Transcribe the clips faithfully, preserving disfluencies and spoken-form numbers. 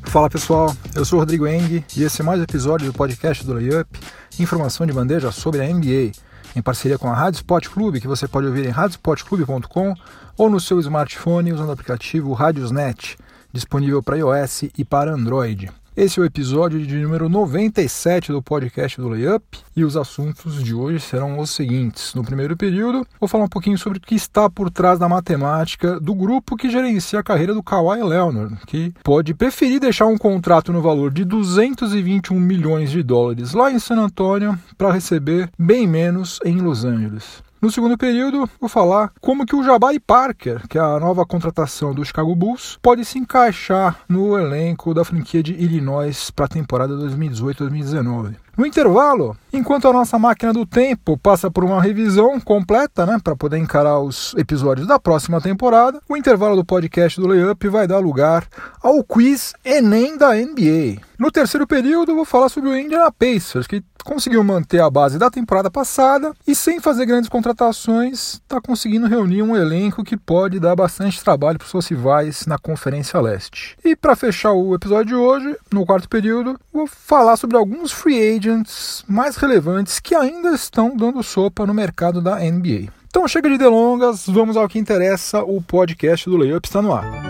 Fala pessoal, eu sou o Rodrigo Eng e esse é mais um episódio do podcast do Layup, informação de bandeja sobre a N B A, em parceria com a Rádio Sport Clube, que você pode ouvir em rádio sport clube ponto com ou no seu smartphone usando o aplicativo Radiosnet, disponível para iOS e para Android. Esse é o episódio de número noventa e sete do podcast do Layup e os assuntos de hoje serão os seguintes. No primeiro período, vou falar um pouquinho sobre o que está por trás da matemática do grupo que gerencia a carreira do Kawhi Leonard, que pode preferir deixar um contrato no valor de duzentos e vinte e um milhões de dólares lá em San Antonio para receber bem menos em Los Angeles. No segundo período, vou falar como que o Jabari Parker, que é a nova contratação do Chicago Bulls, pode se encaixar no elenco da franquia de Illinois para a temporada dois mil e dezoito dois mil e dezenove. No intervalo, enquanto a nossa máquina do tempo passa por uma revisão completa, né, para poder encarar os episódios da próxima temporada, o intervalo do podcast do Layup vai dar lugar ao quiz Enem da N B A. No terceiro período, vou falar sobre o Indiana Pacers, que conseguiu manter a base da temporada passada e, sem fazer grandes contratações, está conseguindo reunir um elenco que pode dar bastante trabalho para os seus rivais na Conferência Leste. E para fechar o episódio de hoje, no quarto período, vou falar sobre alguns free agents mais relevantes que ainda estão dando sopa no mercado da N B A. Então chega de delongas, vamos ao que interessa, o podcast do Layup está no ar.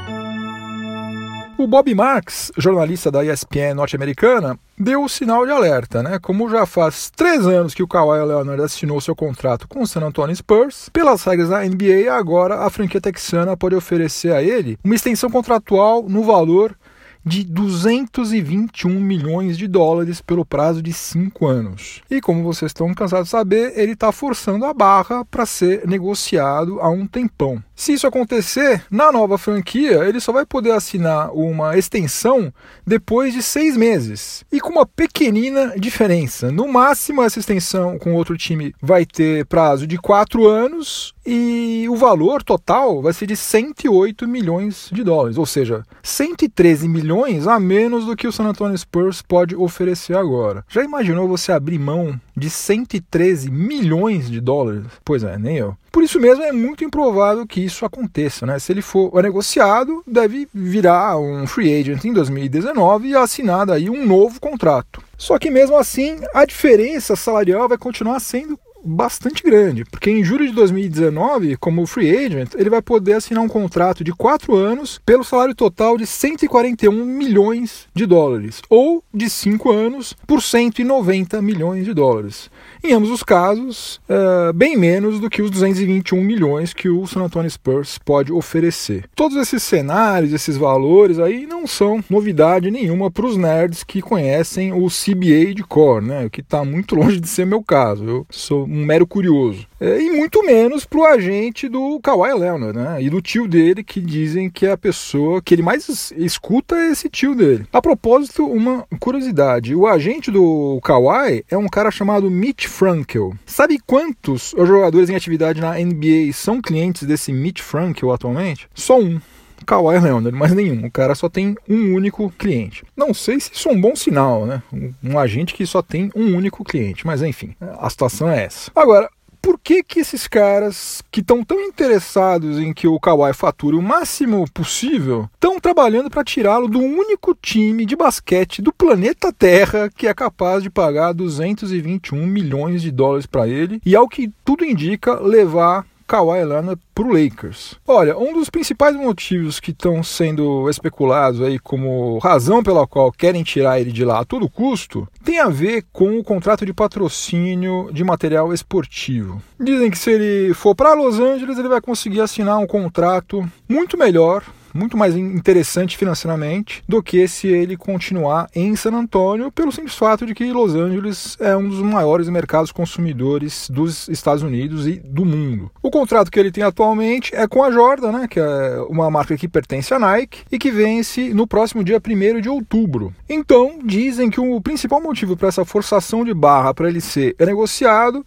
O Bob Marks, jornalista da E S P N norte-americana, deu o sinal de alerta, né? Como já faz três anos que o Kawhi Leonard assinou seu contrato com o San Antonio Spurs, pelas regras da N B A, agora a franquia texana pode oferecer a ele uma extensão contratual no valor de duzentos e vinte e um milhões de dólares pelo prazo de cinco anos. E como vocês estão cansados de saber, ele está forçando a barra para ser negociado há um tempão. Se isso acontecer, na nova franquia, ele só vai poder assinar uma extensão depois de seis meses. E com uma pequenina diferença. No máximo, essa extensão com outro time vai ter prazo de quatro anos e o valor total vai ser de cento e oito milhões de dólares. Ou seja, cento e treze milhões a menos do que o San Antonio Spurs pode oferecer agora. Já imaginou você abrir mão de cento e treze milhões de dólares? Pois é, nem eu. Por isso mesmo é muito improvável que isso aconteça, né? Se ele for negociado, deve virar um free agent em dois mil e dezenove e assinar daí um novo contrato. Só que mesmo assim, a diferença salarial vai continuar sendo bastante grande, porque em julho de dois mil e dezenove, como free agent, ele vai poder assinar um contrato de quatro anos pelo salário total de cento e quarenta e um milhões de dólares, ou de cinco anos por cento e noventa milhões de dólares. Em ambos os casos, é, bem menos do que os duzentos e vinte e um milhões que o San Antonio Spurs pode oferecer. Todos esses cenários, esses valores aí não são novidade nenhuma para os nerds que conhecem o C B A de cor, né? Que está muito longe de ser meu caso. Eu sou um mero curioso. É, e muito menos para o agente do Kawhi Leonard, né? E do tio dele, que dizem que é a pessoa que ele mais escuta é esse tio dele. A propósito, uma curiosidade. O agente do Kawhi é um cara chamado Mitch Frankel. Sabe quantos jogadores em atividade na N B A são clientes desse Mitch Frankel atualmente? Só um. Kawhi Leonard, mas nenhum. O cara só tem um único cliente. Não sei se isso é um bom sinal, né? Um, um agente que só tem um único cliente, mas enfim, a situação é essa. Agora, por que que esses caras que estão tão interessados em que o Kawhi fature o máximo possível estão trabalhando para tirá-lo do único time de basquete do planeta Terra que é capaz de pagar duzentos e vinte e um milhões de dólares para ele e, ao que tudo indica, levar Kawhi Leonard para o Lakers? Olha, um dos principais motivos que estão sendo especulados aí como razão pela qual querem tirar ele de lá a todo custo tem a ver com o contrato de patrocínio de material esportivo. Dizem que se ele for para Los Angeles, ele vai conseguir assinar um contrato muito melhor, muito mais interessante financeiramente do que se ele continuar em San Antonio, pelo simples fato de que Los Angeles é um dos maiores mercados consumidores dos Estados Unidos e do mundo. O contrato que ele tem atualmente é com a Jordan, né, que é uma marca que pertence à Nike e que vence no próximo dia primeiro de outubro. Então, dizem que o principal motivo para essa forçação de barra para ele ser negociado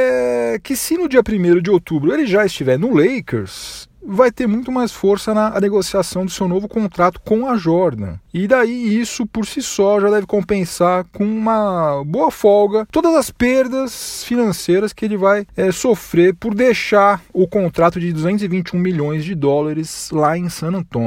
é que, se no dia primeiro de outubro ele já estiver no Lakers, vai ter muito mais força na negociação do seu novo contrato com a Jordan. E daí isso por si só já deve compensar com uma boa folga todas as perdas financeiras que ele vai é, sofrer por deixar o contrato de duzentos e vinte e um milhões de dólares lá em San Antonio.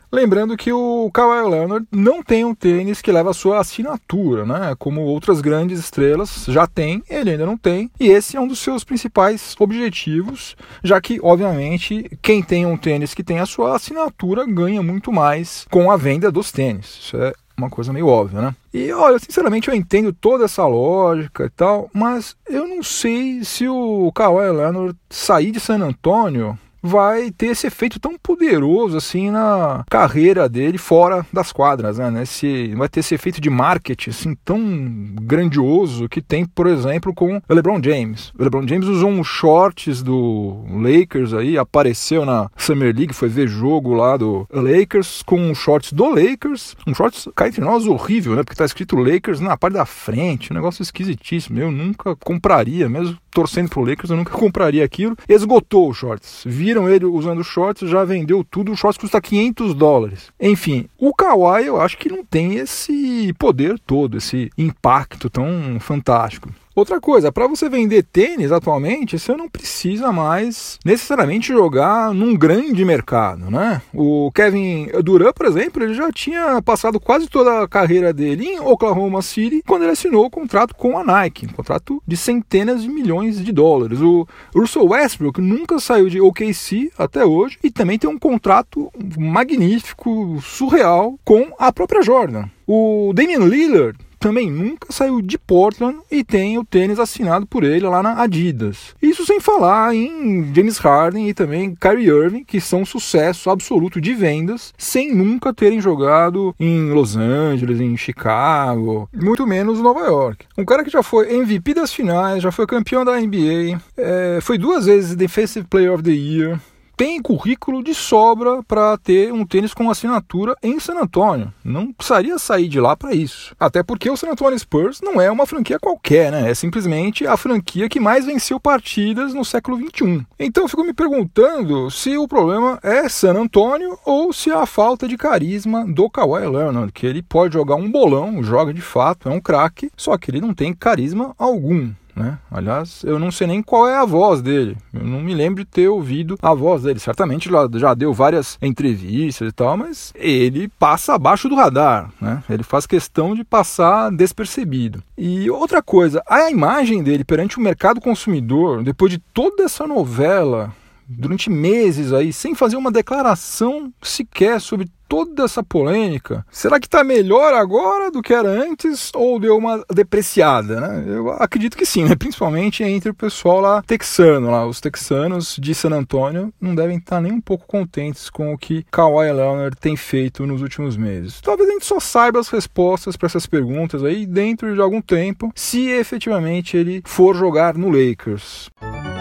Lembrando que o Kawhi Leonard não tem um tênis que leva a sua assinatura, né? Como outras grandes estrelas já tem, ele ainda não tem. E esse é um dos seus principais objetivos, já que, obviamente, quem tem um tênis que tem a sua assinatura ganha muito mais com a venda dos tênis. Isso é uma coisa meio óbvia, né? E olha, sinceramente eu entendo toda essa lógica e tal, mas eu não sei se o Kawhi Leonard sair de San Antonio vai ter esse efeito tão poderoso assim na carreira dele fora das quadras, né? Esse, vai ter esse efeito de marketing assim tão grandioso que tem, por exemplo, com o LeBron James. O LeBron James usou uns shorts do Lakers aí, apareceu na Summer League, foi ver jogo lá do Lakers com shorts do Lakers, um shorts, cá entre nós, horrível, né? Porque tá escrito Lakers na parte da frente, um negócio esquisitíssimo. Eu nunca compraria, mesmo torcendo pro Lakers, eu nunca compraria aquilo. Esgotou os shorts. Viram ele usando shorts, já vendeu tudo. O shorts custa quinhentos dólares. Enfim, o Kawhi eu acho que não tem esse poder todo, esse impacto tão fantástico. Outra coisa, para você vender tênis atualmente, você não precisa mais necessariamente jogar num grande mercado, né? O Kevin Durant, por exemplo, ele já tinha passado quase toda a carreira dele em Oklahoma City quando ele assinou o contrato com a Nike, um contrato de centenas de milhões de dólares. O Russell Westbrook nunca saiu de O K C até hoje e também tem um contrato magnífico, surreal, com a própria Jordan. O Damian Lillard também nunca saiu de Portland e tem o tênis assinado por ele lá na Adidas. Isso sem falar em James Harden e também Kyrie Irving, que são um sucesso absoluto de vendas, sem nunca terem jogado em Los Angeles, em Chicago, muito menos Nova York. Um cara que já foi M V P das finais, já foi campeão da N B A, é, foi duas vezes Defensive Player of the Year, tem currículo de sobra para ter um tênis com assinatura em San Antonio. Não precisaria sair de lá para isso. Até porque o San Antonio Spurs não é uma franquia qualquer, né? É simplesmente a franquia que mais venceu partidas no século vinte e um. Então eu fico me perguntando se o problema é San Antonio ou se é a falta de carisma do Kawhi Leonard, que ele pode jogar um bolão, joga de fato, é um craque, só que ele não tem carisma algum. Né? Aliás, eu não sei nem qual é a voz dele. Eu não me lembro de ter ouvido a voz dele. Certamente já deu várias entrevistas e tal, mas ele passa abaixo do radar, né? Ele faz questão de passar despercebido. E outra coisa, a imagem dele perante o mercado consumidor, depois de toda essa novela, durante meses aí, sem fazer uma declaração sequer sobre toda essa polêmica, será que está melhor agora do que era antes ou deu uma depreciada, né? Eu acredito que sim, né? Principalmente entre o pessoal lá texano, lá, os texanos de San Antonio não devem estar nem um pouco contentes com o que Kawhi Leonard tem feito nos últimos meses. Talvez a gente só saiba as respostas para essas perguntas aí dentro de algum tempo, se efetivamente ele for jogar no Lakers.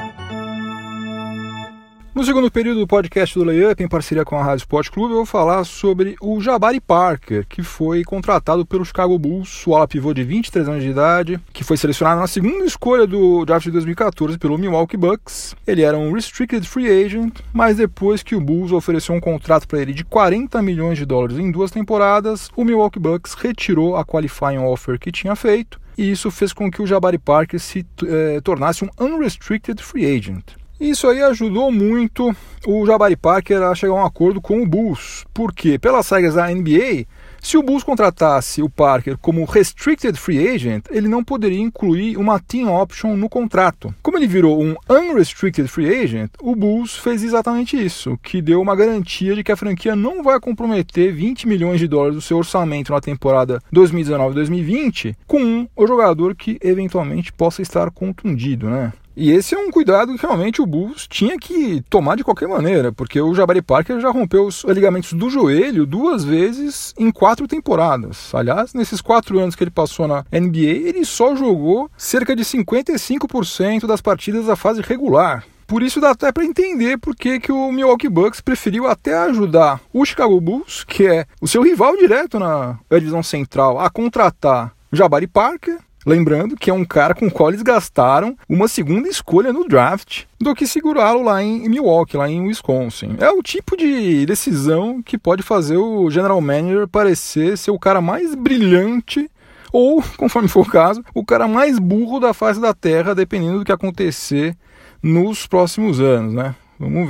No segundo período do podcast do Layup, em parceria com a Rádio Sport Clube, eu vou falar sobre o Jabari Parker, que foi contratado pelo Chicago Bulls, o ala pivô de vinte e três anos de idade, que foi selecionado na segunda escolha do draft de dois mil e catorze pelo Milwaukee Bucks. Ele era um restricted free agent, mas depois que o Bulls ofereceu um contrato para ele de quarenta milhões de dólares em duas temporadas, o Milwaukee Bucks retirou a qualifying offer que tinha feito, e isso fez com que o Jabari Parker se eh, tornasse um unrestricted free agent. Isso aí ajudou muito o Jabari Parker a chegar a um acordo com o Bulls, porque pelas regras da N B A, se o Bulls contratasse o Parker como restricted free agent, ele não poderia incluir uma team option no contrato. Como ele virou um unrestricted free agent, o Bulls fez exatamente isso, que deu uma garantia de que a franquia não vai comprometer vinte milhões de dólares do seu orçamento na temporada dois mil e dezenove dois mil e vinte com um, o jogador que eventualmente possa estar contundido, né? E esse é um cuidado que realmente o Bulls tinha que tomar de qualquer maneira, porque o Jabari Parker já rompeu os ligamentos do joelho duas vezes em quatro temporadas. Aliás, nesses quatro anos que ele passou na N B A, ele só jogou cerca de cinquenta e cinco por cento das partidas da fase regular. Por isso dá até para entender por que, que o Milwaukee Bucks preferiu até ajudar o Chicago Bulls, que é o seu rival direto na divisão central, a contratar o Jabari Parker. Lembrando que é um cara com o qual eles gastaram uma segunda escolha no draft do que segurá-lo lá em Milwaukee, lá em Wisconsin. É o tipo de decisão que pode fazer o general manager parecer ser o cara mais brilhante ou, conforme for o caso, o cara mais burro da face da terra, dependendo do que acontecer nos próximos anos, né? Vamos ver.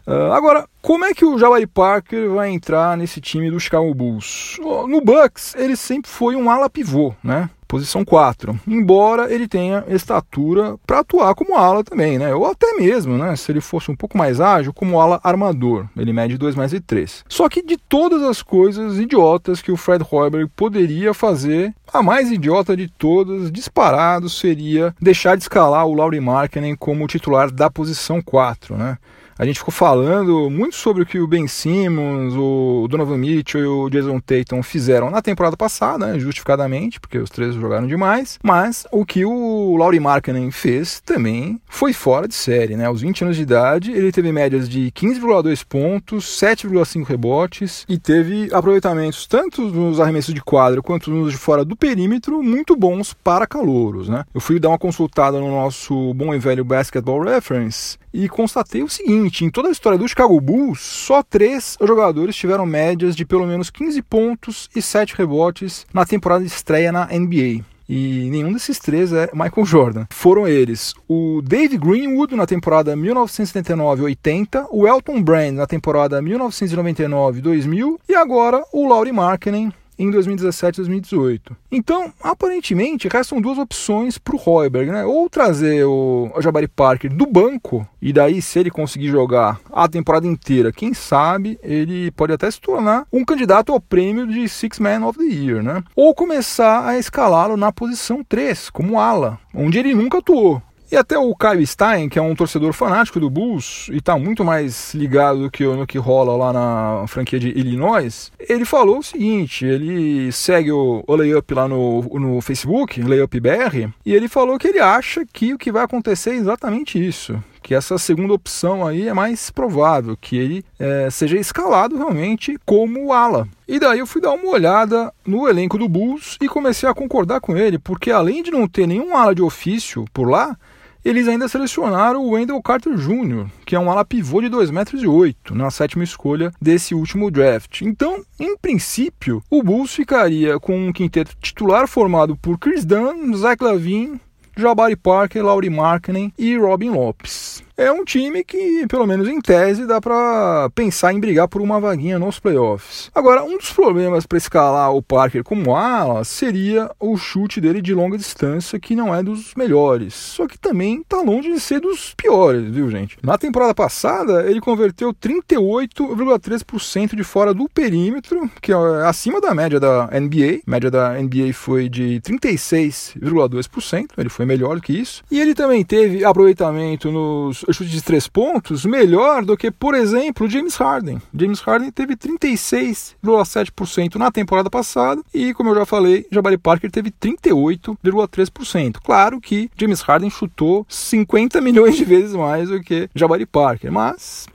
Uh, agora, como é que o Jabari Parker vai entrar nesse time do Chicago Bulls? No Bucks, ele sempre foi um ala pivô, né? Posição quatro, embora ele tenha estatura para atuar como ala também, né? Ou até mesmo, né? Se ele fosse um pouco mais ágil, como ala armador. Ele mede dois metros e três. Só que de todas as coisas idiotas que o Fred Hoiberg poderia fazer, a mais idiota de todas, disparado, seria deixar de escalar o Lauri Markkanen como titular da posição quatro, né? A gente ficou falando muito sobre o que o Ben Simmons, o Donovan Mitchell e o Jason Tatum fizeram na temporada passada, né, justificadamente, porque os três jogaram demais, mas o que o Lauri Markkanen fez também foi fora de série, né? Aos vinte anos de idade, ele teve médias de quinze vírgula dois pontos, sete vírgula cinco rebotes e teve aproveitamentos tanto nos arremessos de quadra quanto nos de fora do perímetro muito bons para calouros, né? Eu fui dar uma consultada no nosso bom e velho Basketball Reference e constatei o seguinte: em toda a história do Chicago Bulls, só três jogadores tiveram médias de pelo menos quinze pontos e sete rebotes na temporada de estreia na N B A. E nenhum desses três é Michael Jordan. Foram eles o Dave Greenwood na temporada mil novecentos e setenta e nove oitenta, o Elton Brand na temporada mil novecentos e noventa e nove dois mil e agora o Lauri Markkanen em dois mil e dezessete e dois mil e dezoito. Então, aparentemente, restam duas opções para o Hoiberg, né? Ou trazer o Jabari Parker do banco, e daí, se ele conseguir jogar a temporada inteira, quem sabe, ele pode até se tornar um candidato ao prêmio de Six Man of the Year, né? Ou começar a escalá-lo na posição três, como ala, onde ele nunca atuou. E até o Kyle Stein, que é um torcedor fanático do Bulls e está muito mais ligado do que eu no que rola lá na franquia de Illinois, ele falou o seguinte: ele segue o, o Layup lá no, no Facebook, Layup B R, e ele falou que ele acha que o que vai acontecer é exatamente isso, que essa segunda opção aí é mais provável, que ele é, seja escalado realmente como ala. E daí eu fui dar uma olhada no elenco do Bulls e comecei a concordar com ele, porque além de não ter nenhum ala de ofício por lá, eles ainda selecionaram o Wendell Carter Júnior, que é um ala pivô de dois metros e oito, na sétima escolha desse último draft. Então, em princípio, o Bulls ficaria com um quinteto titular formado por Chris Dunn, Zach LaVine, Jabari Parker, Lauri Markkanen e Robin Lopes. É um time que, pelo menos em tese, dá para pensar em brigar por uma vaguinha nos playoffs. Agora, um dos problemas para escalar o Parker como ala seria o chute dele de longa distância, que não é dos melhores. Só que também está longe de ser dos piores, viu, gente? Na temporada passada, ele converteu trinta e oito vírgula três por cento de fora do perímetro, que é acima da média da N B A. A média da N B A foi de trinta e seis vírgula dois por cento, ele foi melhor do que isso. E ele também teve aproveitamento nos chute de três pontos melhor do que, por exemplo, o James Harden. James Harden teve trinta e seis vírgula sete por cento na temporada passada e, como eu já falei, Jabari Parker teve trinta e oito vírgula três por cento. Claro que James Harden chutou cinquenta milhões de vezes mais do que Jabari Parker, mas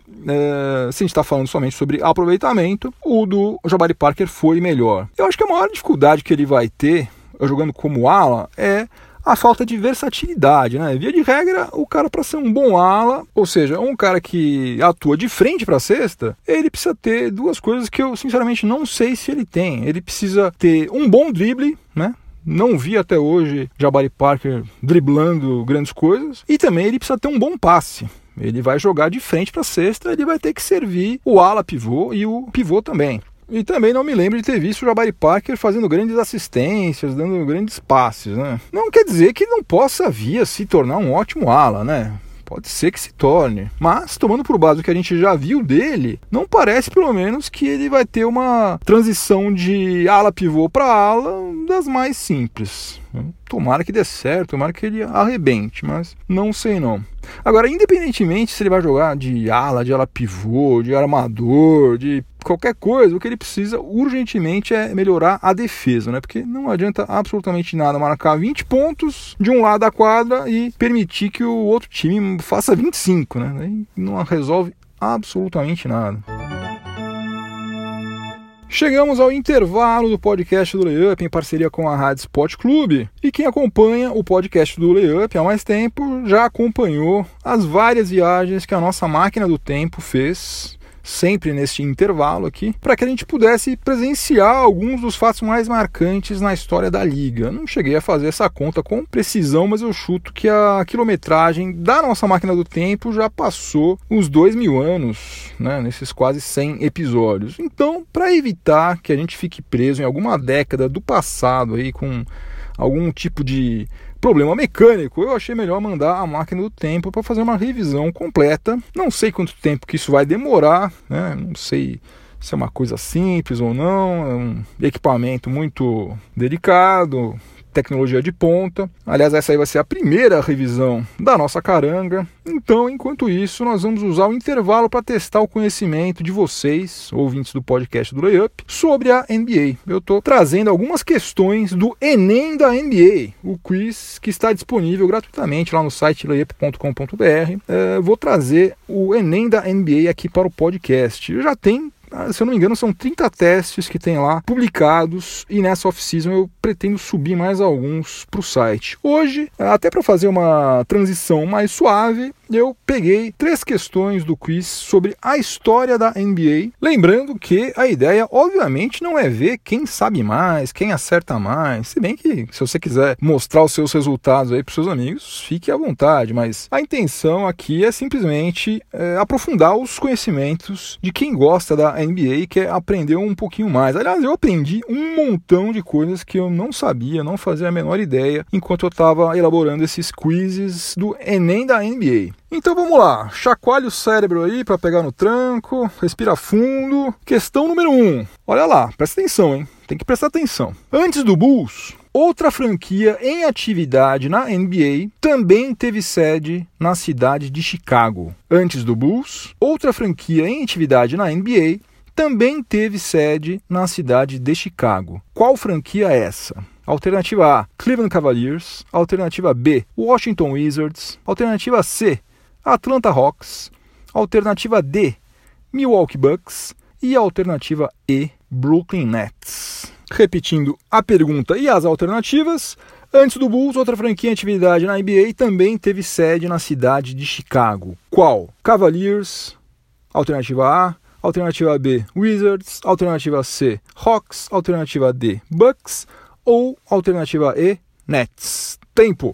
é, se a gente está falando somente sobre aproveitamento, o do Jabari Parker foi melhor. Eu acho que a maior dificuldade que ele vai ter jogando como ala é a falta de versatilidade, né? Via de regra, o cara, para ser um bom ala, ou seja, um cara que atua de frente para a cesta, ele precisa ter duas coisas que eu sinceramente não sei se ele tem. Ele precisa ter um bom drible, né? Não vi até hoje Jabari Parker driblando grandes coisas, e também ele precisa ter um bom passe. Ele vai jogar de frente para a cesta, ele vai ter que servir o ala pivô e o pivô também. E também não me lembro de ter visto o Jabari Parker fazendo grandes assistências, dando grandes passes, né? Não quer dizer que não possa vir a se tornar um ótimo ala, né? Pode ser que se torne. Mas, tomando por base o que a gente já viu dele, não parece, pelo menos, que ele vai ter uma transição de ala pivô para ala das mais simples. Tomara que dê certo, tomara que ele arrebente, mas não sei não. Agora, independentemente se ele vai jogar de ala, de ala pivô, de armador, de qualquer coisa, o que ele precisa urgentemente é melhorar a defesa, né? Porque não adianta absolutamente nada marcar vinte pontos de um lado da quadra e permitir que o outro time faça vinte e cinco, né? Aí não resolve absolutamente nada. Chegamos ao intervalo do podcast do Layup em parceria com a Rádio Sport Clube. E quem acompanha o podcast do Layup há mais tempo já acompanhou as várias viagens que a nossa máquina do tempo fez sempre neste intervalo aqui, para que a gente pudesse presenciar alguns dos fatos mais marcantes na história da liga. Não cheguei a fazer essa conta com precisão, mas eu chuto que a quilometragem da nossa máquina do tempo já passou os dois mil anos, né, nesses quase cem episódios. Então, para evitar que a gente fique preso em alguma década do passado aí com algum tipo de problema mecânico, eu achei melhor mandar a máquina do tempo para fazer uma revisão completa. Não sei quanto tempo que isso vai demorar, né? Não sei se é uma coisa simples ou não, é um equipamento muito delicado, tecnologia de ponta. Aliás, essa aí vai ser a primeira revisão da nossa caranga. Então, enquanto isso, nós vamos usar o intervalo para testar o conhecimento de vocês, ouvintes do podcast do Layup, sobre a N B A. Eu estou trazendo algumas questões do Enem da N B A, o quiz que está disponível gratuitamente lá no site layup ponto com ponto b r. É, vou trazer o Enem da N B A aqui para o podcast. Já tem, se eu não me engano, são trinta testes que tem lá publicados, e nessa off-season eu pretendo subir mais alguns para o site. Hoje, até para fazer uma transição mais suave, eu peguei três questões do quiz sobre a história da N B A. Lembrando que a ideia, obviamente, não é ver quem sabe mais, quem acerta mais. Se bem que, se você quiser mostrar os seus resultados aí para os seus amigos, fique à vontade. Mas a intenção aqui é simplesmente é, aprofundar os conhecimentos de quem gosta da N B A e quer aprender um pouquinho mais. Aliás, eu aprendi um montão de coisas que eu não sabia, não fazia a menor ideia, enquanto eu estava elaborando esses quizzes do Enem da N B A. Então vamos lá, chacoalhe o cérebro aí para pegar no tranco, respira fundo. Questão número um. Olha lá, presta atenção, hein? Tem que prestar atenção. Antes do Bulls, outra franquia em atividade na N B A também teve sede na cidade de Chicago. Antes do Bulls, outra franquia em atividade na N B A também teve sede na cidade de Chicago. Qual franquia é essa? Alternativa A, Cleveland Cavaliers. Alternativa B, Washington Wizards. Alternativa C, Atlanta Hawks. Alternativa D, Milwaukee Bucks. E a alternativa E, Brooklyn Nets. Repetindo a pergunta e as alternativas. Antes do Bulls, outra franquia em atividade na N B A também teve sede na cidade de Chicago. Qual? Cavaliers. Alternativa A. Alternativa B, Wizards. Alternativa C, Hawks. Alternativa D, Bucks. Ou alternativa E, Nets. Tempo.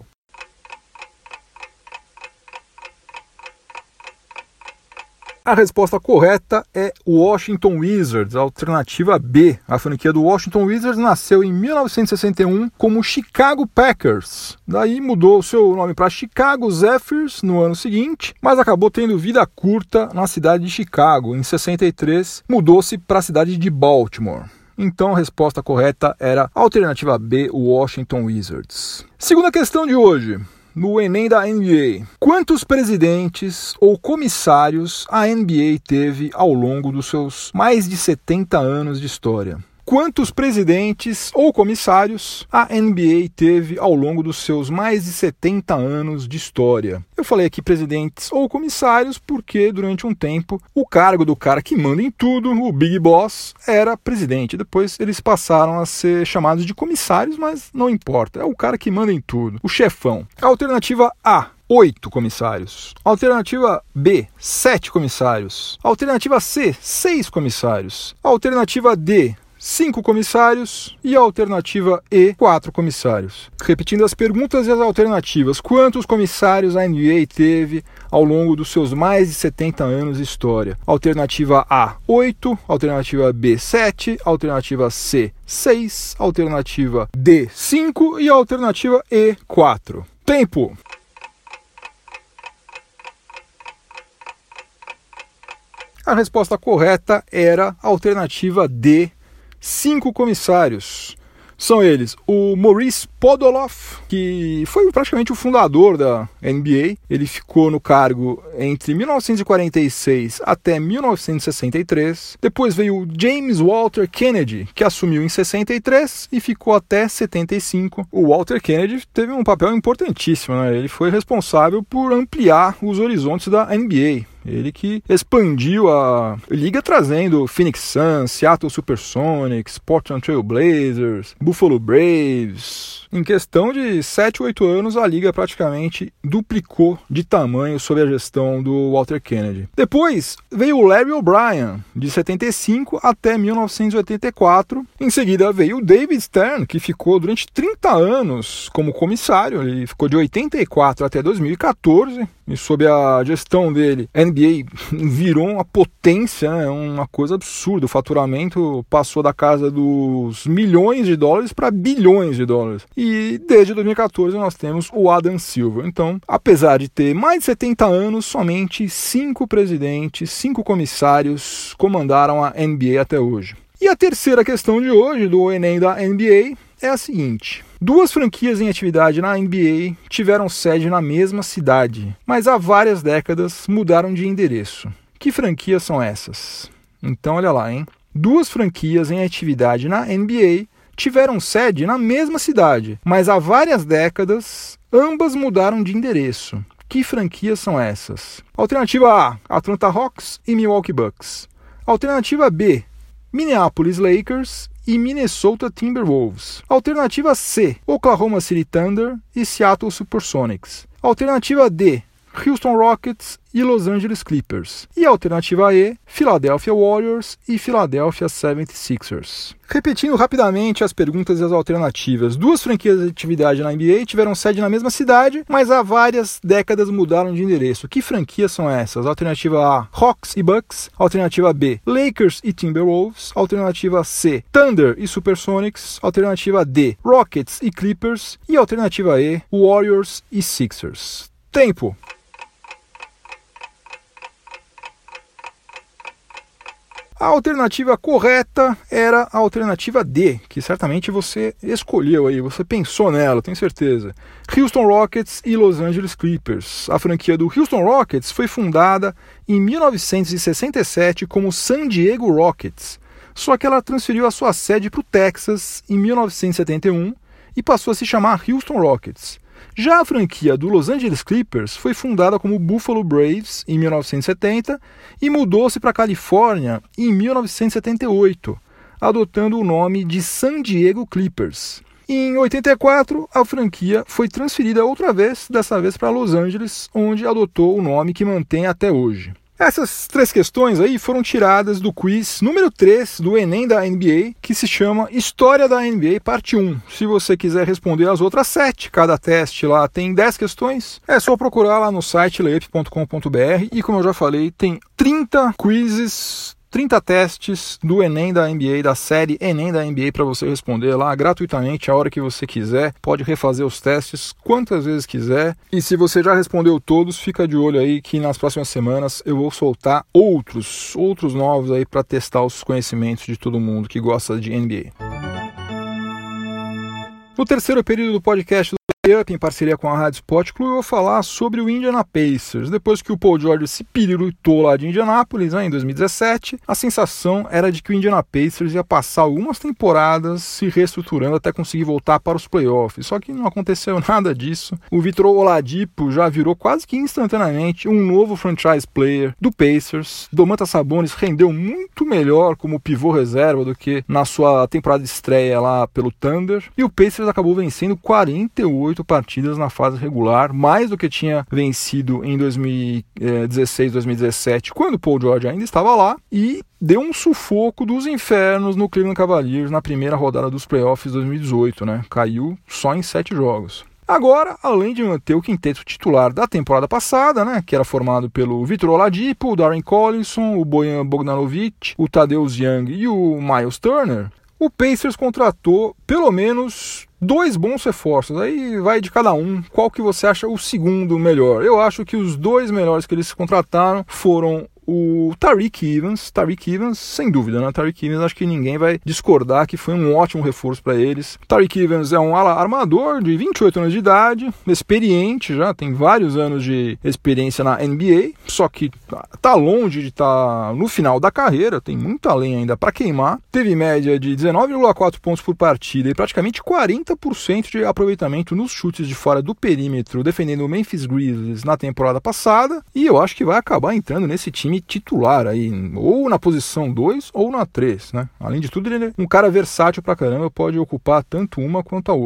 A resposta correta é Washington Wizards, alternativa B. A franquia do Washington Wizards nasceu em mil novecentos e sessenta e um como Chicago Packers. Daí mudou o seu nome para Chicago Zephyrs no ano seguinte, mas acabou tendo vida curta na cidade de Chicago. Em sessenta e três, mudou-se para a cidade de Baltimore. Então a resposta correta era a alternativa B, Washington Wizards. Segunda questão de hoje. No Enem da N B A, quantos presidentes ou comissários a N B A teve ao longo dos seus mais de setenta anos de história? Quantos presidentes ou comissários a N B A teve ao longo dos seus mais de setenta anos de história? Eu falei aqui presidentes ou comissários porque durante um tempo o cargo do cara que manda em tudo, o Big Boss, era presidente. Depois eles passaram a ser chamados de comissários, mas não importa, é o cara que manda em tudo, o chefão. Alternativa A, oito comissários. Alternativa B, sete comissários. Alternativa C, seis comissários. Alternativa D, cinco comissários. E a alternativa E, quatro comissários. Repetindo as perguntas e as alternativas. Quantos comissários a N B A teve ao longo dos seus mais de setenta anos de história? Alternativa A, oito. Alternativa B, sete. Alternativa C, seis. Alternativa D, cinco. E a alternativa E, quatro. Tempo! A resposta correta era a alternativa D, cinco comissários. São eles o Maurice Podoloff, que foi praticamente o fundador da N B A. Ele ficou no cargo entre mil novecentos e quarenta e seis até mil novecentos e sessenta e três. Depois veio o James Walter Kennedy, que assumiu em sessenta e três e ficou até setenta e cinco. O Walter Kennedy teve um papel importantíssimo, né? Ele foi responsável por ampliar os horizontes da N B A. Ele que expandiu a liga trazendo Phoenix Suns, Seattle Supersonics, Portland Trail Blazers, Buffalo Braves, anos. Em questão de sete, oito anos, a liga praticamente duplicou de tamanho sob a gestão do Walter Kennedy. Depois veio o Larry O'Brien, de setenta e cinco até mil novecentos e oitenta e quatro. Em seguida veio o David Stern, que ficou durante trinta anos como comissário. Ele ficou de oitenta e quatro até dois mil e quatorze. E sob a gestão dele, a N B A virou uma potência, né? Uma coisa absurda. O faturamento passou da casa dos milhões de dólares para bilhões de dólares. E desde dois mil e quatorze nós temos o Adam Silver. Então, apesar de ter mais de setenta anos, somente cinco presidentes, cinco comissários comandaram a N B A até hoje. E a terceira questão de hoje do Enem da N B A é a seguinte: duas franquias em atividade na N B A tiveram sede na mesma cidade, mas há várias décadas mudaram de endereço. Que franquias são essas? Então olha lá, hein? Duas franquias em atividade na N B A tiveram sede na mesma cidade, mas há várias décadas ambas mudaram de endereço. Que franquias são essas? Alternativa A, Atlanta Hawks e Milwaukee Bucks. Alternativa B, Minneapolis Lakers e Minnesota Timberwolves. Alternativa C, Oklahoma City Thunder e Seattle Supersonics. Alternativa D, Houston Rockets e Los Angeles Clippers. E a alternativa E, Philadelphia Warriors e Philadelphia setenta e seis ers. Repetindo rapidamente as perguntas e as alternativas. Duas franquias de atividade na N B A tiveram sede na mesma cidade, mas há várias décadas mudaram de endereço. Que franquias são essas? Alternativa A, Hawks e Bucks. Alternativa B, Lakers e Timberwolves. Alternativa C, Thunder e Supersonics. Alternativa D, Rockets e Clippers. E alternativa E, Warriors e Sixers. Tempo. A alternativa correta era a alternativa D, que certamente você escolheu aí, você pensou nela, tenho certeza. Houston Rockets e Los Angeles Clippers. A franquia do Houston Rockets foi fundada em mil novecentos e sessenta e sete como San Diego Rockets, só que ela transferiu a sua sede para o Texas em mil novecentos e setenta e um e passou a se chamar Houston Rockets. Já a franquia do Los Angeles Clippers foi fundada como Buffalo Braves em mil novecentos e setenta e mudou-se para a Califórnia em mil novecentos e setenta e oito, adotando o nome de San Diego Clippers. Em oitenta e quatro, a franquia foi transferida outra vez, dessa vez para Los Angeles, onde adotou o nome que mantém até hoje. Essas três questões aí foram tiradas do quiz número três do Enem da N B A, que se chama História da N B A Parte um. Se você quiser responder as outras sete, cada teste lá tem dez questões, é só procurar lá no site layup ponto com ponto b r e, como eu já falei, tem trinta quizzes, trinta testes do Enem da N B A, da série Enem da N B A, para você responder lá gratuitamente a hora que você quiser. Pode refazer os testes quantas vezes quiser. E se você já respondeu todos, fica de olho aí que nas próximas semanas eu vou soltar outros, outros novos aí para testar os conhecimentos de todo mundo que gosta de N B A. No terceiro período do podcast do Layup, em parceria com a Rádio Sport Clube, eu vou falar sobre o Indiana Pacers. Depois que o Paul George se pirilutou lá de Indianápolis, né, em dois mil e dezessete, a sensação era de que o Indiana Pacers ia passar algumas temporadas se reestruturando até conseguir voltar para os playoffs. Só que não aconteceu nada disso. O Victor Oladipo já virou quase que instantaneamente um novo franchise player do Pacers. Domantas Sabonis rendeu muito melhor como pivô reserva do que na sua temporada de estreia lá pelo Thunder. E o Pacers acabou vencendo quarenta e oito partidas na fase regular, mais do que tinha vencido em dois mil e dezesseis, dois mil e dezessete, quando o Paul George ainda estava lá, e deu um sufoco dos infernos no Cleveland Cavaliers na primeira rodada dos playoffs de dois mil e dezoito, né? Caiu só em sete jogos. Agora, além de manter o quinteto titular da temporada passada, né, que era formado pelo Victor Oladipo, o Darren Collison, o Bojan Bogdanovic, o Tadeusz Young e o Miles Turner, o Pacers contratou pelo menos dois bons reforços. Aí vai de cada um. Qual que você acha o segundo melhor? Eu acho que os dois melhores que eles contrataram foram o Tariq Evans, Tariq Evans, sem dúvida, né? Tariq Evans, acho que ninguém vai discordar que foi um ótimo reforço para eles. Tariq Evans é um ala armador de vinte e oito anos de idade, experiente já, tem vários anos de experiência na N B A, só que tá longe de estar tá no final da carreira, tem muito além ainda para queimar. Teve média de dezenove vírgula quatro pontos por partida e praticamente quarenta por cento de aproveitamento nos chutes de fora do perímetro, defendendo o Memphis Grizzlies na temporada passada, e eu acho que vai acabar entrando nesse time titular aí, ou na posição dois ou na três, né? Além de tudo, ele é um cara versátil pra caramba, pode ocupar tanto uma quanto a outra.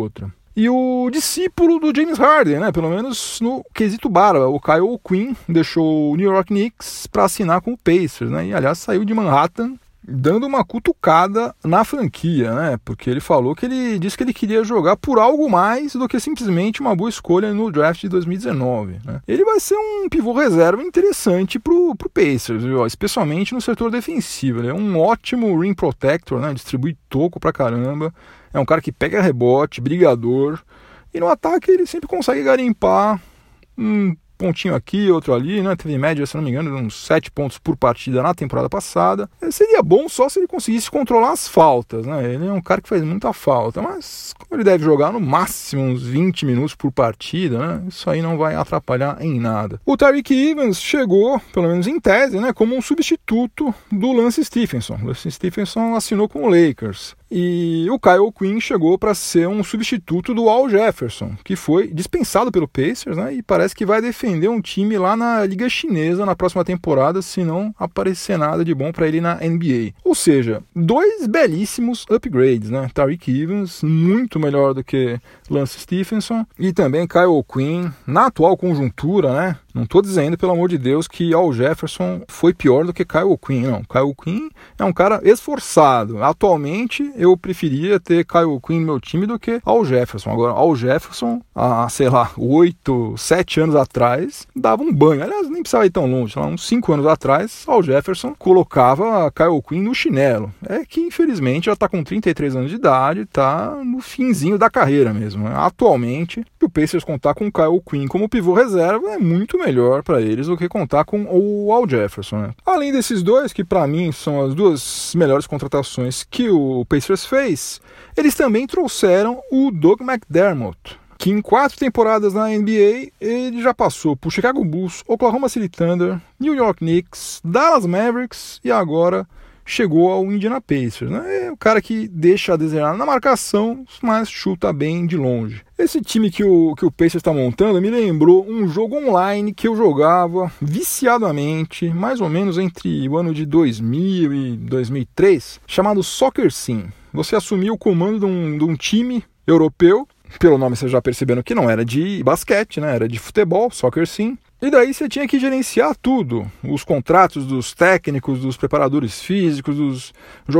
e o discípulo do James Harden, né? Pelo menos no quesito barba. O Kyle Quinn deixou o New York Knicks para assinar com o Pacers, né? E aliás saiu de Manhattan dando uma cutucada na franquia, né? Porque ele falou que ele disse que ele queria jogar por algo mais do que simplesmente uma boa escolha no draft de dois mil e dezenove, né? Ele vai ser um pivô reserva interessante pro, pro Pacers, viu? Especialmente no setor defensivo. Ele é um ótimo rim protector, né? Distribui toco pra caramba. É um cara que pega rebote, brigador. E no ataque ele sempre consegue garimpar um pontinho aqui, outro ali, né? Teve média, se não me engano, uns sete pontos por partida na temporada passada. Seria bom só se ele conseguisse controlar as faltas, né? Ele é um cara que faz muita falta, mas como ele deve jogar no máximo uns vinte minutos por partida, né? Isso aí não vai atrapalhar em nada. O Tyreke Evans chegou, pelo menos em tese, né? Como um substituto do Lance Stephenson. O Lance Stephenson assinou com o Lakers. E o Kyle Quinn chegou para ser um substituto do Al Jefferson, que foi dispensado pelo Pacers, né? E parece que vai defender um time lá na Liga Chinesa na próxima temporada, se não aparecer nada de bom para ele na N B A. Ou seja, dois belíssimos upgrades, né? Tyreke Evans, muito melhor do que Lance Stephenson, e também Kyle Quinn, na atual conjuntura, né? Não estou dizendo, pelo amor de Deus, que Al Jefferson foi pior do que Kyle Quinn, não. Kyle Quinn é um cara esforçado. Atualmente, eu preferia ter Kyle Quinn no meu time do que Al Jefferson. Agora, Al Jefferson, há, sei lá, oito, sete anos atrás, dava um banho. Aliás, nem precisava ir tão longe. Sei lá, uns cinco anos atrás, Al Jefferson colocava Kyle Quinn no chinelo. É que, infelizmente, já está com trinta e três anos de idade, está no finzinho da carreira mesmo. Atualmente, o Pacers contar com Kyle Quinn como pivô reserva é muito melhor para eles do que contar com o Al Jefferson, né? Além desses dois, que para mim são as duas melhores contratações que o Pacers fez, eles também trouxeram o Doug McDermott, que em quatro temporadas na N B A ele já passou por Chicago Bulls, Oklahoma City Thunder, New York Knicks, Dallas Mavericks e agora chegou ao Indiana Pacers, né? É o cara que deixa a desejar na marcação, mas chuta bem de longe. Esse time que o, que o Pacers está montando me lembrou um jogo online que eu jogava viciadamente, mais ou menos entre o ano de dois mil e dois mil e três, chamado Soccer Sim. Você assumiu o comando de um, de um time europeu, pelo nome vocês já perceberam que não era de basquete, né? Era de futebol, Soccer Sim. E daí você tinha que gerenciar tudo, os contratos dos técnicos, dos preparadores físicos, dos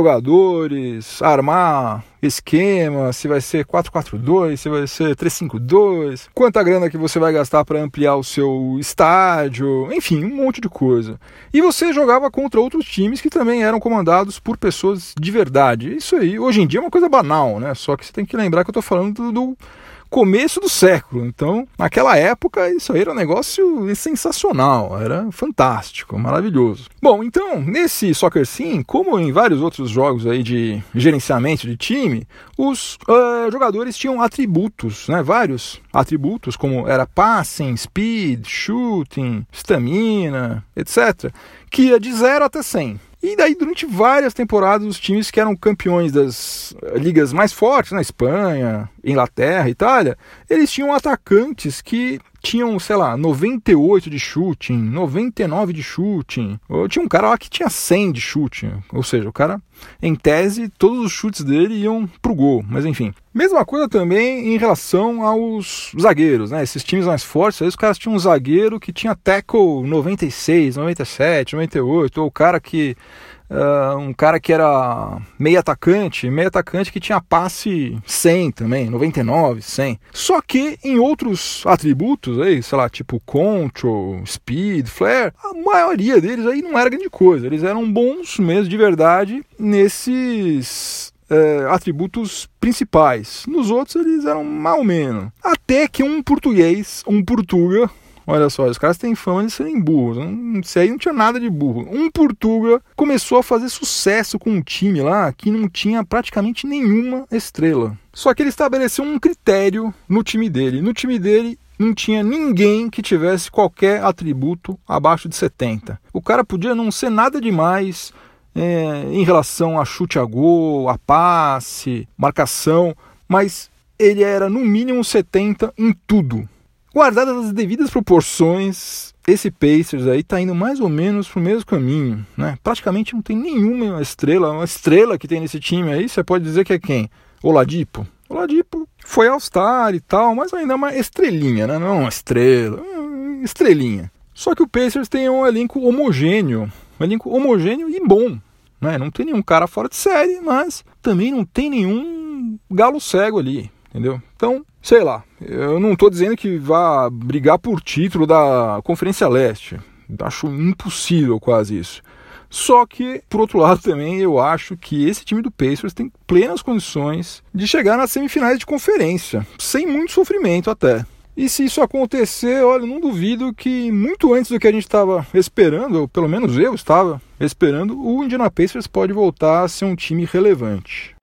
jogadores, armar esquema, se vai ser quatro quatro dois, se vai ser três cinco dois, quanta grana que você vai gastar para ampliar o seu estádio, enfim, um monte de coisa. E você jogava contra outros times que também eram comandados por pessoas de verdade. Isso aí, hoje em dia é uma coisa banal, né? Só que você tem que lembrar que eu estou falando do... do começo do século, então naquela época isso aí era um negócio sensacional, era fantástico, maravilhoso. Bom, então nesse Soccer Sim, como em vários outros jogos aí de gerenciamento de time, os uh, jogadores tinham atributos, né, vários atributos, como era passing, speed, shooting, stamina, etcétera, que ia de zero até cem. E daí, durante várias temporadas, os times que eram campeões das ligas mais fortes, na Espanha, Inglaterra, Itália, eles tinham atacantes que tinham, sei lá, noventa e oito de shooting, noventa e nove de shooting. Ou tinha um cara lá que tinha cem de shooting. Ou seja, o cara, em tese, todos os chutes dele iam pro gol. Mas enfim. Mesma coisa também em relação aos zagueiros, né? Esses times mais fortes, aí os caras tinham um zagueiro que tinha tackle noventa e seis, noventa e sete, noventa e oito. Ou o cara que... Uh, um cara que era meio atacante, meio atacante que tinha passe cem também, noventa e nove, cem. Só que em outros atributos, aí, sei lá, tipo control, speed, flare, a maioria deles aí não era grande coisa. Eles eram bons mesmo, de verdade, nesses uh, atributos principais. Nos outros eles eram mal ou menos. Até que um português, um portuga... Olha só, os caras têm fama de serem burros. Isso aí não tinha nada de burro. Um portuga começou a fazer sucesso com um time lá que não tinha praticamente nenhuma estrela. Só que ele estabeleceu um critério no time dele. No time dele não tinha ninguém que tivesse qualquer atributo abaixo de setenta. O cara podia não ser nada demais é, em relação a chute a gol, a passe, marcação, mas ele era no mínimo setenta em tudo. Guardadas as devidas proporções, esse Pacers aí tá indo mais ou menos pro mesmo caminho, né? Praticamente não tem nenhuma estrela, uma estrela que tem nesse time aí, você pode dizer que é quem? Oladipo. Oladipo foi All-Star e tal, mas ainda é uma estrelinha, né? Não é uma estrela, uma estrelinha. Só que o Pacers tem um elenco homogêneo, um elenco homogêneo e bom, né? Não tem nenhum cara fora de série, mas também não tem nenhum galo cego ali, entendeu? Então, sei lá, eu não estou dizendo que vá brigar por título da Conferência Leste, acho impossível quase isso. Só que, por outro lado também, eu acho que esse time do Pacers tem plenas condições de chegar nas semifinais de conferência, sem muito sofrimento até. E se isso acontecer, olha, não duvido que muito antes do que a gente estava esperando, ou pelo menos eu estava esperando, o Indiana Pacers pode voltar a ser um time relevante.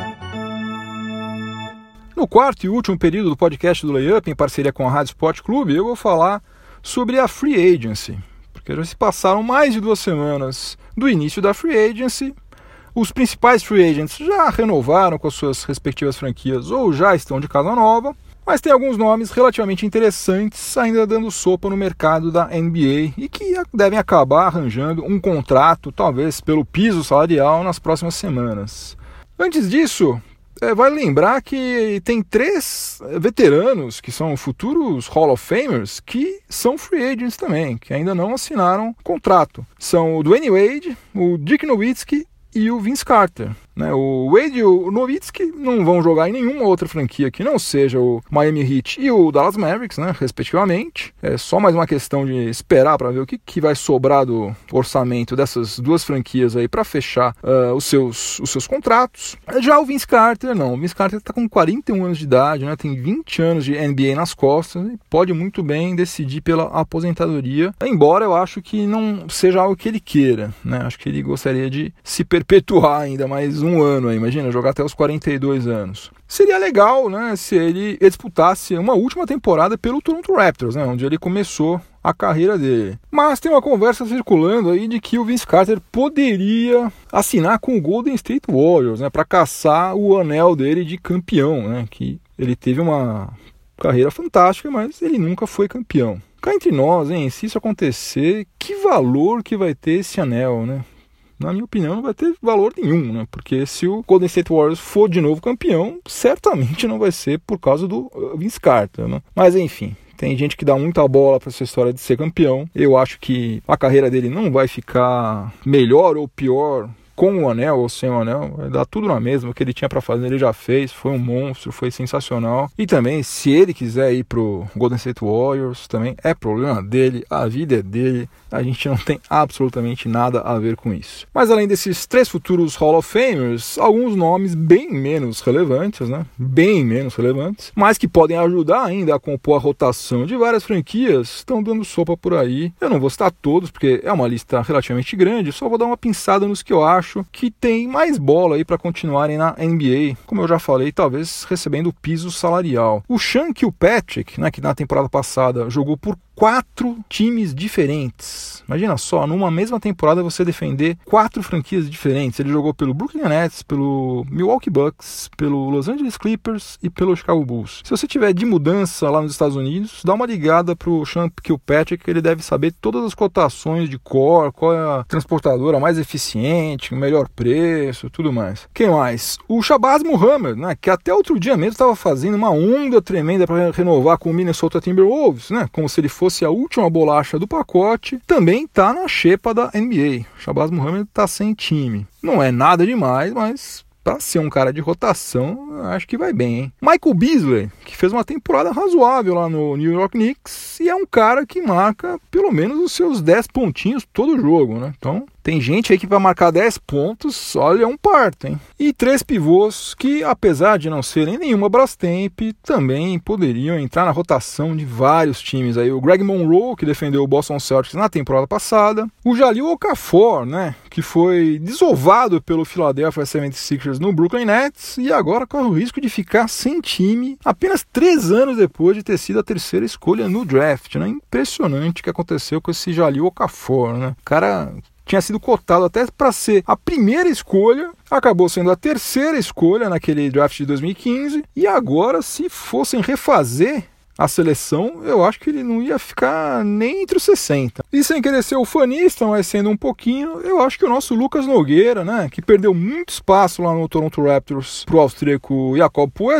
No quarto e último período do podcast do Layup, em parceria com a Rádio Sport Clube, eu vou falar sobre a Free Agency. Porque já se passaram mais de duas semanas do início da Free Agency. Os principais Free Agents já renovaram com as suas respectivas franquias ou já estão de casa nova. Mas tem alguns nomes relativamente interessantes ainda dando sopa no mercado da N B A e que devem acabar arranjando um contrato, talvez pelo piso salarial, nas próximas semanas. Antes disso, é, vale lembrar que tem três veteranos que são futuros Hall of Famers que são free agents também, que ainda não assinaram contrato. São o Dwayne Wade, o Dirk Nowitzki e o Vince Carter. Né? O Wade e o Nowitzki não vão jogar em nenhuma outra franquia que não seja o Miami Heat e o Dallas Mavericks, né, respectivamente. É só mais uma questão de esperar para ver o que, que vai sobrar do orçamento dessas duas franquias aí para fechar uh, os, seus, os seus contratos. Já o Vince Carter, não. O Vince Carter está com quarenta e um anos de idade, né, tem vinte anos de N B A nas costas e pode muito bem decidir pela aposentadoria, embora eu acho que não seja algo que ele queira. Né? Acho que ele gostaria de se perpetuar ainda mais um um ano aí, imagina, jogar até os quarenta e dois anos. Seria legal, né, se ele disputasse uma última temporada pelo Toronto Raptors, né, onde ele começou a carreira dele. Mas tem uma conversa circulando aí de que o Vince Carter poderia assinar com o Golden State Warriors, né, para caçar o anel dele de campeão, né, que ele teve uma carreira fantástica, mas ele nunca foi campeão. Cá entre nós, hein, se isso acontecer, que valor que vai ter esse anel, né? Na minha opinião, não vai ter valor nenhum, né? Porque se o Golden State Warriors for de novo campeão, certamente não vai ser por causa do Vince Carter, né? Mas enfim, tem gente que dá muita bola para essa história de ser campeão. Eu acho que a carreira dele não vai ficar melhor ou pior com o anel ou sem o anel, vai dar tudo na mesma. O que ele tinha para fazer, ele já fez, foi um monstro, foi sensacional. E também, se ele quiser ir pro Golden State Warriors, também é problema dele, a vida é dele, a gente não tem absolutamente nada a ver com isso. Mas além desses três futuros Hall of Famers, alguns nomes bem menos relevantes, né? Bem menos relevantes, mas que podem ajudar ainda a compor a rotação de várias franquias, estão dando sopa por aí. Eu não vou citar todos, porque é uma lista relativamente grande, só vou dar uma pinçada nos que eu acho que tem mais bola aí para continuarem na N B A, como eu já falei, talvez recebendo o piso salarial. O Sean Kilpatrick, né, que na temporada passada jogou por quatro times diferentes. Imagina só, numa mesma temporada você defender quatro franquias diferentes. Ele jogou pelo Brooklyn Nets, pelo Milwaukee Bucks, pelo Los Angeles Clippers e pelo Chicago Bulls. Se você tiver de mudança lá nos Estados Unidos, dá uma ligada pro Sean Kilpatrick, que ele deve saber todas as cotações de core, qual é a transportadora mais eficiente, o melhor preço, tudo mais. Quem mais? O Shabazz Muhammad, né, que até outro dia mesmo estava fazendo uma onda tremenda para renovar com o Minnesota Timberwolves, né, como se ele fosse a última bolacha do pacote, também está na xepa da N B A. Shabazz Muhammad está sem time. Não é nada demais, mas para ser um cara de rotação, acho que vai bem, hein? Michael Beasley, que fez uma temporada razoável lá no New York Knicks e é um cara que marca pelo menos os seus dez pontinhos todo jogo, né? Então, tem gente aí que vai marcar dez pontos, olha, é um parto, hein? E três pivôs que, apesar de não serem nenhuma Brastemp, também poderiam entrar na rotação de vários times aí. O Greg Monroe, que defendeu o Boston Celtics na temporada passada. O Jahlil Okafor, né, que foi desovado pelo Philadelphia setenta e seis ers no Brooklyn Nets e agora corre o risco de ficar sem time apenas três anos depois de ter sido a terceira escolha no draft, né? Impressionante o que aconteceu com esse Jahlil Okafor, né? O cara tinha sido cotado até para ser a primeira escolha, acabou sendo a terceira escolha naquele draft de dois mil e quinze, e agora, se fossem refazer a seleção, eu acho que ele não ia ficar nem entre os sessenta. E sem querer ser ufanista, mas sendo um pouquinho, eu acho que o nosso Lucas Nogueira, né, que perdeu muito espaço lá no Toronto Raptors pro austríaco Jakob Poeltl,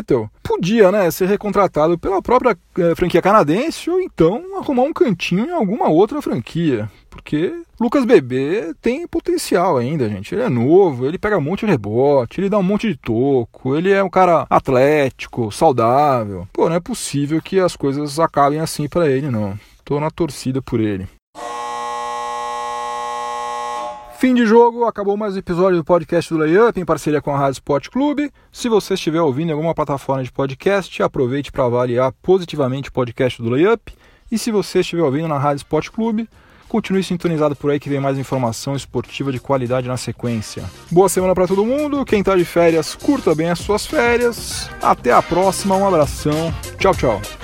podia, né, ser recontratado pela própria é, franquia canadense ou então arrumar um cantinho em alguma outra franquia. Porque Lucas Bebê tem potencial ainda, gente. Ele é novo, ele pega um monte de rebote, ele dá um monte de toco, ele é um cara atlético, saudável. Pô, não é possível que as coisas acabem assim pra ele, não. Tô na torcida por ele. Fim de jogo, acabou mais um episódio do podcast do Layup em parceria com a Rádio Sport Clube. Se você estiver ouvindo em alguma plataforma de podcast, aproveite para avaliar positivamente o podcast do Layup. E se você estiver ouvindo na Rádio Sport Clube, continue sintonizado por aí que vem mais informação esportiva de qualidade na sequência. Boa semana para todo mundo, quem está de férias, curta bem as suas férias. Até a próxima, um abração, tchau, tchau.